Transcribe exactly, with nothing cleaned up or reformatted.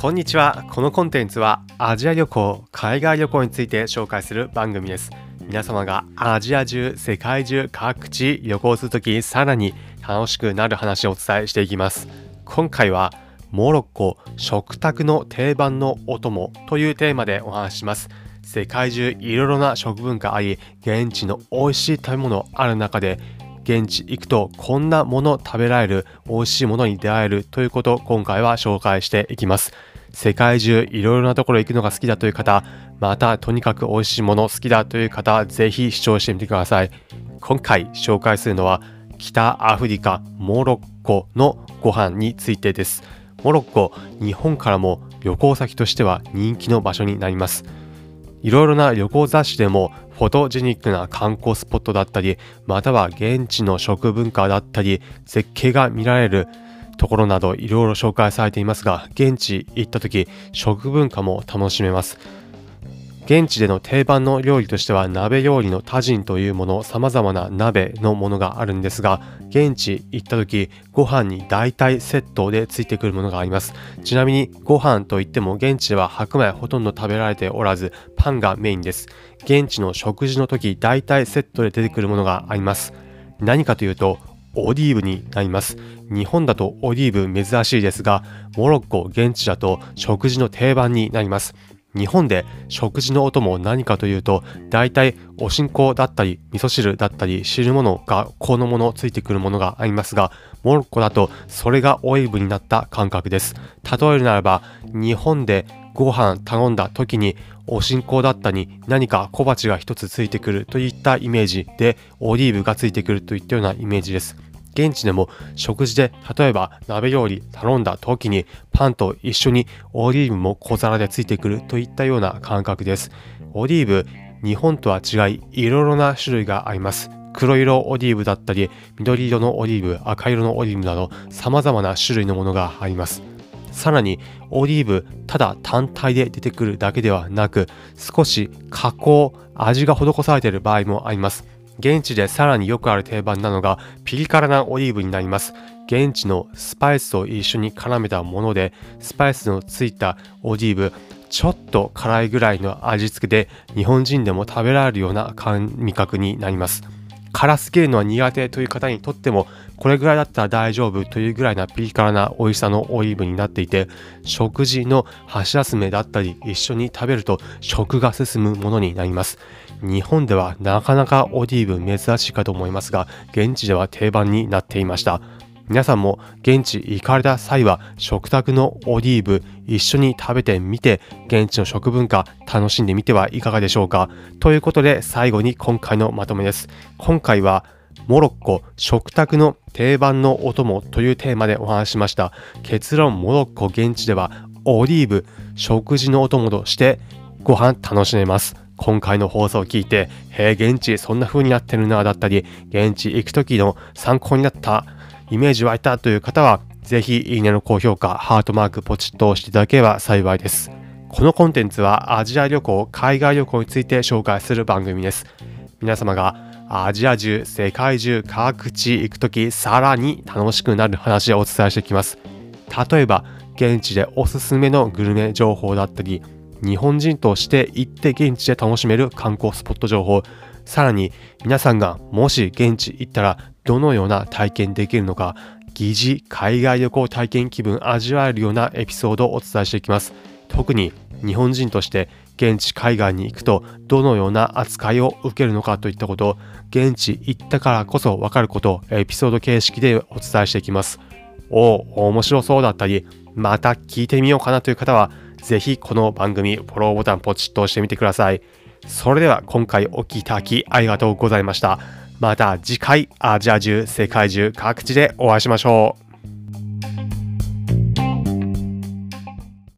こんにちは。このコンテンツはアジア旅行、海外旅行について紹介する番組です。皆様がアジア中、世界中各地旅行するときさらに楽しくなる話をお伝えしていきます。今回はモロッコ食卓の定番のお供というテーマでお話しします。世界中いろいろな食文化あり、現地の美味しい食べ物ある中で現地行くとこんなもの食べられる、美味しいものに出会えるということを今回は紹介していきます。世界中いろいろなところ行くのが好きだという方、またとにかく美味しいもの好きだという方、ぜひ視聴してみてください。今回紹介するのは北アフリカモロッコのご飯についてです。モロッコ、日本からも旅行先としては人気の場所になります。いろいろな旅行雑誌でもフォトジェニックな観光スポットだったり、または現地の食文化だったり、絶景が見られるところなどいろいろ紹介されていますが、現地行った時食文化も楽しめます。現地での定番の料理としては鍋料理のタジンというもの、様々な鍋のものがあるんですが、現地行った時ご飯に大体セットでついてくるものがあります。ちなみにご飯といっても現地では白米ほとんど食べられておらず、パンがメインです。現地の食事の時大体セットで出てくるものがあります。何かというとオリーブになります。日本だとオリーブ珍しいですが、モロッコ現地だと食事の定番になります。日本で食事のお供何かというと、大体おしんこだったり味噌汁だったり汁物がこのものついてくるものがありますが、モロッコだとそれがオリーブになった感覚です。例えるならば、日本でご飯頼んだ時におしんこだったり何か小鉢が一つついてくるといったイメージで、オリーブがついてくるといったようなイメージです。現地でも食事で例えば鍋料理頼んだ時にパンと一緒にオリーブも小皿でついてくるといったような感覚です。オリーブ、日本とは違いいろいろな種類があります。黒色オリーブだったり、緑色のオリーブ、赤色のオリーブなど様々な種類のものがあります。さらにオリーブただ単体で出てくるだけではなく、少し加工、味が施されている場合もあります。現地でさらによくある定番なのがピリ辛なオリーブになります。現地のスパイスと一緒に絡めたもので、スパイスのついたオリーブ、ちょっと辛いぐらいの味付けで日本人でも食べられるような味覚になります。辛すぎるのは苦手という方にとってもこれぐらいだったら大丈夫というぐらいなピリ辛な美味しさのオリーブになっていて、食事の箸休めだったり一緒に食べると食が進むものになります。日本ではなかなかオリーブ珍しいかと思いますが、現地では定番になっていました。皆さんも現地行かれた際は食卓のオリーブ一緒に食べてみて、現地の食文化楽しんでみてはいかがでしょうか。ということで最後に今回のまとめです。今回はモロッコ食卓の定番のお供というテーマでお話ししました。結論、モロッコ現地ではオリーブ食事のお供としてご飯楽しめます。今回の放送を聞いて、へえ現地そんな風になってるなだったり、現地行く時の参考になったイメージ湧いたという方は、ぜひいいねの高評価、ハートマークポチッと押していただければ幸いです。このコンテンツはアジア旅行、海外旅行について紹介する番組です。皆様がアジア中、世界中各地行くときさらに楽しくなる話をお伝えしていきます。例えば現地でおすすめのグルメ情報だったり、日本人として行って現地で楽しめる観光スポット情報、さらに皆さんがもし現地行ったらどのような体験できるのか、疑似海外旅行体験気分味わえるようなエピソードをお伝えしていきます。特に日本人として現地海外に行くとどのような扱いを受けるのかといったことを、現地行ったからこそ分かることをエピソード形式でお伝えしていきます。おお、面白そうだったり、また聞いてみようかなという方は、ぜひこの番組フォローボタンポチッと押してみてください。それでは今回お聞きいただきありがとうございました。また次回アジア中世界中各地でお会いしましょう。